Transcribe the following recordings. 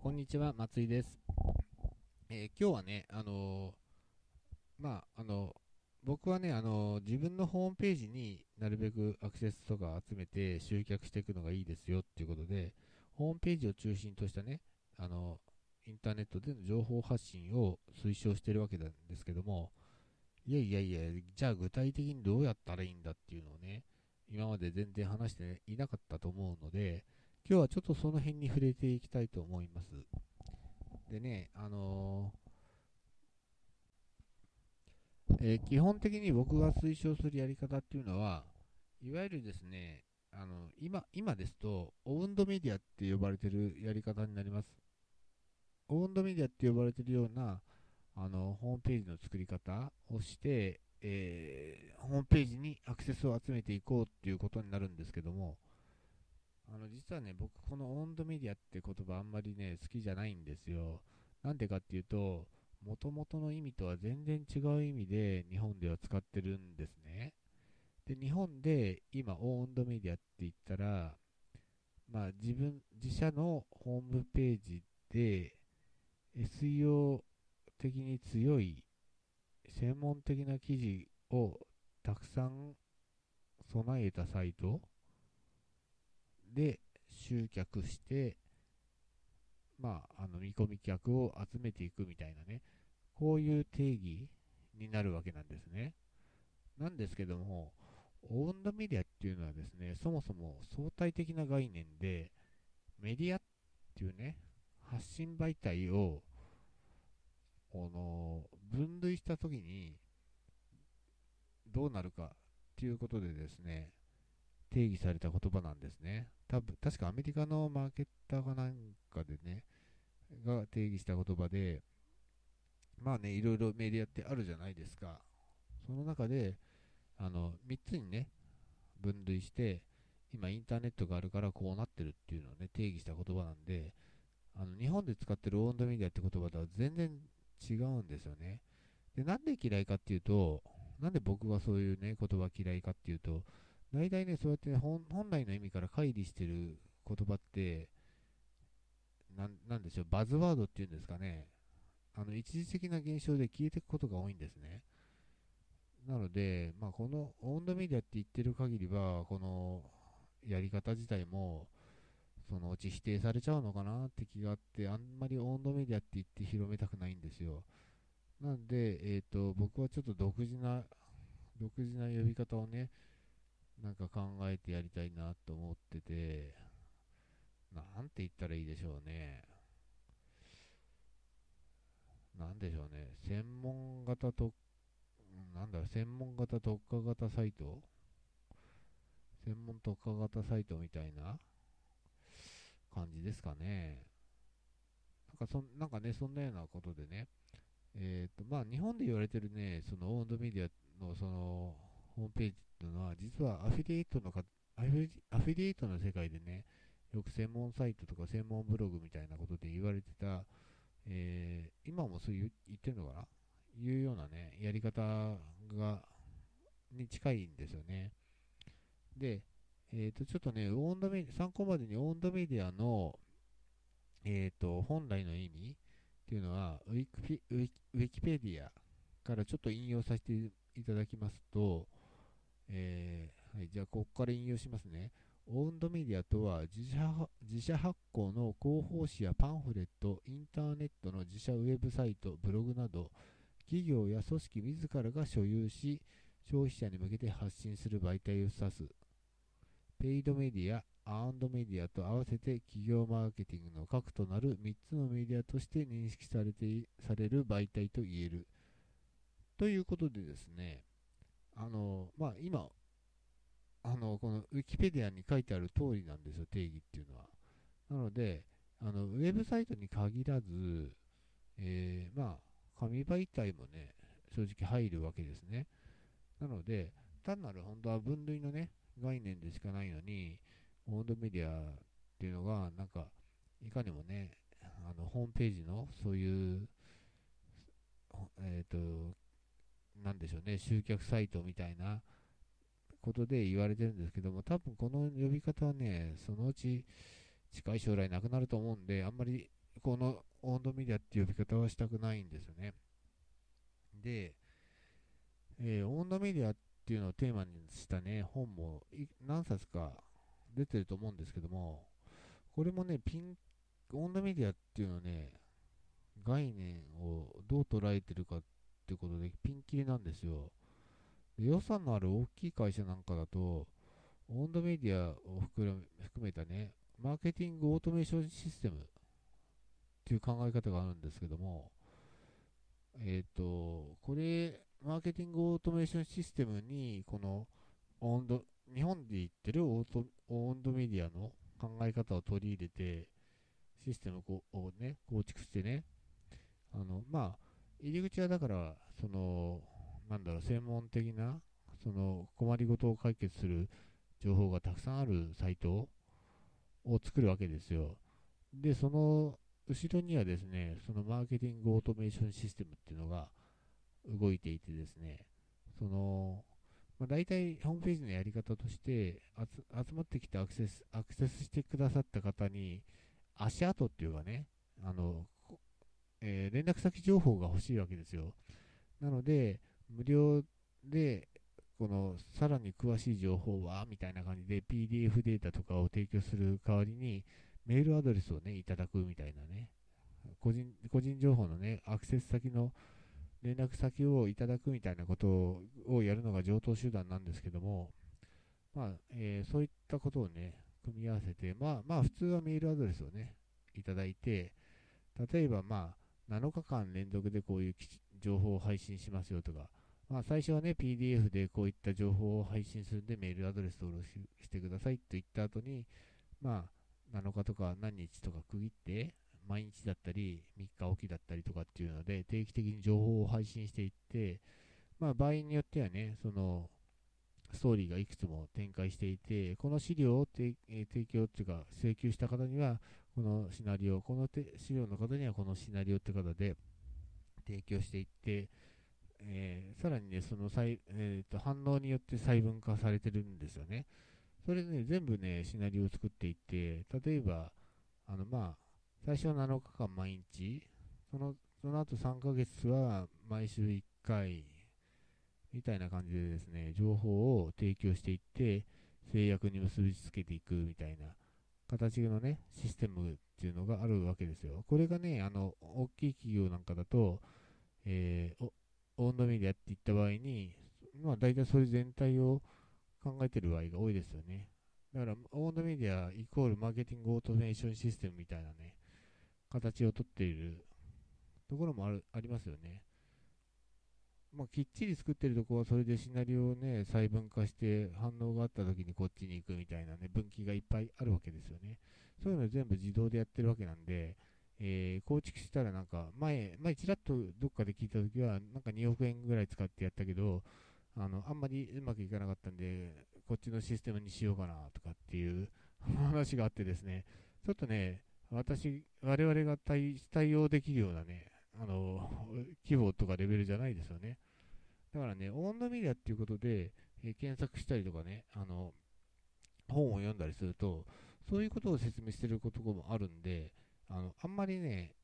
こんにちは、松井です。今日はね、まあ、僕はね、自分のホームページになるべくアクセスとか集めて集客していくのがいいですよっていうことで、ホームページを中心としたね、あの、インターネットでの情報発信を推奨しているわけなんですけども、いやいやいや、じゃあ具体的にどうやったらいいんだっていうのをね、今まで全然話していなかったと思うので、今日はちょっとその辺に触れていきたいと思います。でね、基本的に僕が推奨するやり方っていうのは、いわゆるですね、今ですと、オウンドメディアって呼ばれてるやり方になります。オウンドメディアって呼ばれてるような、ホームページの作り方をして、ホームページにアクセスを集めていこうっていうことになるんですけども、実はね、僕、このオウンドメディアって言葉あんまりね、好きじゃないんですよ。なんでかっていうと、元々の意味とは全然違う意味で日本では使ってるんですね。で、日本で今、オウンドメディアって言ったら、まあ自社のホームページで SEO 的に強い専門的な記事をたくさん備えたサイトで集客して、見込み客を集めていくみたいなね、こういう定義になるわけなんですね。なんですけども、オウンドメディアっていうのはですね、そもそも相対的な概念で、メディアっていうね、発信媒体を分類したときにどうなるかっていうことでですね、定義された言葉なんですね。確かアメリカのマーケッターかなんかでね、が定義した言葉で、まあね、いろいろメディアってあるじゃないですか。その中で、3つにね、分類して、今インターネットがあるからこうなってるっていうのをね、定義した言葉なんで、日本で使ってるオウンドメディアって言葉とは全然違うんですよね。で、なんで嫌いかっていうと、なんで僕がそういうね、言葉嫌いかっていうと、大体ね、そうやってね、本来の意味から乖離してる言葉って、なんでしょう、バズワードっていうんですかね、一時的な現象で消えていくことが多いんですね。なので、まあ、このオウンドメディアって言ってる限りは、このやり方自体も、そのうち否定されちゃうのかなって気があって、あんまりオウンドメディアって言って広めたくないんですよ。なんで、僕はちょっと独自な呼び方をね、なんか考えてやりたいなと思ってて、なんて言ったらいいでしょうね。なんでしょうね。専門型特化型サイト専門特化型サイトみたいな感じですかね。なんかね、そんなようなことでね、まあ、日本で言われてるね、そのオウンドメディアのそのホームページっていうのは、実はアフィリエイトの世界でね、よく専門サイトとか専門ブログみたいなことで言われてた、今もそう言ってるのかないうようなね、やり方に近いんですよね。で、ちょっとね、参考までにオウンドメディアの、本来の意味っていうのはウィキペディアからちょっと引用させていただきますと、はい、じゃあここから引用しますね。オウンドメディアとは自社発行の広報誌やパンフレット、インターネットの自社ウェブサイト、ブログなど、企業や組織自らが所有し、消費者に向けて発信する媒体を指す。ペイドメディア、アーンドメディアと合わせて企業マーケティングの核となる3つのメディアとして認識される媒体と言える。ということでですね、今、このウィキペディアに書いてある通りなんですよ、定義っていうのは。なので、ウェブサイトに限らず、紙媒体もね、正直入るわけですね。なので、単なる本当は分類のね、概念でしかないのに、オウンドメディアっていうのが、なんか、いかにもね、ホームページのそういう、えっ、と、なんでしょうね、集客サイトみたいなことで言われてるんですけども、多分この呼び方はね、そのうち近い将来なくなると思うんで、あんまりこのオウンドメディアって呼び方はしたくないんですよね。で、オウンドメディアっていうのをテーマにしたね、本も何冊か出てると思うんですけども、これもね、オウンドメディアっていうのはね、概念をどう捉えてるかっていうことでピンキリなんですよ。で、予算のある大きい会社なんかだと、オウンドメディアを含めたね、マーケティングオートメーションシステムっていう考え方があるんですけども、これ、マーケティングオートメーションシステムに、このオウンド、日本で言ってるオウンドメディアの考え方を取り入れて、システムをね、構築してね、まあ、入り口はだから、専門的な、困りごとを解決する情報がたくさんあるサイトを作るわけですよ。で、その後ろにはですね、そのマーケティングオートメーションシステムっていうのが動いていてですね、大体ホームページのやり方として、集まってきてアクセスしてくださった方に、足跡っていうかね、あの、連絡先情報が欲しいわけですよ。なので、無料で、さらに詳しい情報は、みたいな感じで PDF データとかを提供する代わりに、メールアドレスをね、いただくみたいなね、個人情報のね、アクセス先の連絡先をいただくみたいなことをやるのが上等手段なんですけども、そういったことをね、組み合わせて、普通はメールアドレスをね、いただいて、例えば7日間連続でこういう情報を配信しますよとか、最初はね、PDF でこういった情報を配信するんでメールアドレス登録してくださいと言った後に、7日とか何日とか区切って、毎日だったり、3日おきだったりとかっていうので、定期的に情報を配信していって、場合によってはね、ストーリーがいくつも展開していて、この資料を提供っていうか、請求した方には、このシナリオ、この資料の方にはこのシナリオって方で提供していって、さらにね、反応によって細分化されてるんですよね。それでね、全部ね、シナリオを作っていって、例えば、最初は7日間毎日、その後3ヶ月は毎週1回、みたいな感じでですね、情報を提供していって、制約に結びつけていくみたいな形のね、システムっていうのがあるわけですよ。これがね、大きい企業なんかだと、オウンドメディアって言った場合に、大体それ全体を考えてる場合が多いですよね。だから、オウンドメディアイコールマーケティングオートメーションシステムみたいなね、形をとっているところもありますよね。きっちり作ってるとこはそれでシナリオをね、細分化して反応があった時にこっちに行くみたいなね、分岐がいっぱいあるわけですよね。そういうの全部自動でやってるわけなんで、構築したらなんか、前ちらっとどっかで聞いた時は、なんか2億円ぐらい使ってやったけど、あんまりうまくいかなかったんで、こっちのシステムにしようかなとかっていう話があってですね、ちょっとね、我々が対応できるようなね、規模とかレベルじゃないですよね。だからね、オウンドメディアっていうことで、検索したりとかね、本を読んだりすると、そういうことを説明してることもあるんで、あんまりね、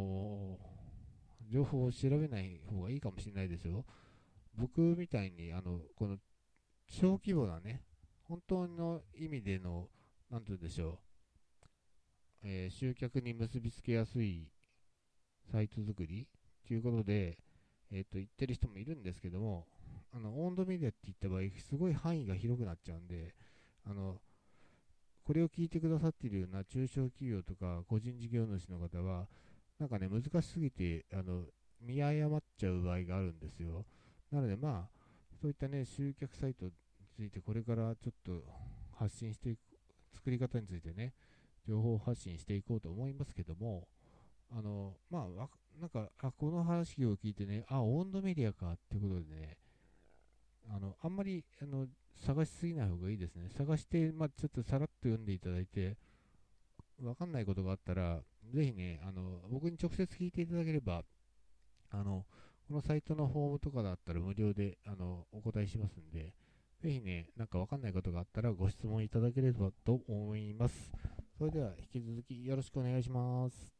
情報を調べない方がいいかもしれないですよ。僕みたいに、この小規模なね、本当の意味での、なんて言うんでしょう、集客に結びつけやすいサイト作りということで、言ってる人もいるんですけども、オウンドメディアって言った場合、すごい範囲が広くなっちゃうんで、あの、これを聞いてくださっているような中小企業とか個人事業主の方は、なんかね、難しすぎて、見誤っちゃう場合があるんですよ。なので、そういったね、集客サイトについて、これからちょっと発信していく、作り方についてね、情報発信していこうと思いますけども、なんか、この話を聞いてね、オウンドメディアかっていうことでね、あんまり、探しすぎない方がいいですね。探して、ちょっとさらっと読んでいただいて、わかんないことがあったら、ぜひね、僕に直接聞いていただければ、このサイトのフォームとかだったら無料で、お答えしますんで、ぜひね、なんかわかんないことがあったらご質問いただければと思います。 それでは引き続きよろしくお願いします。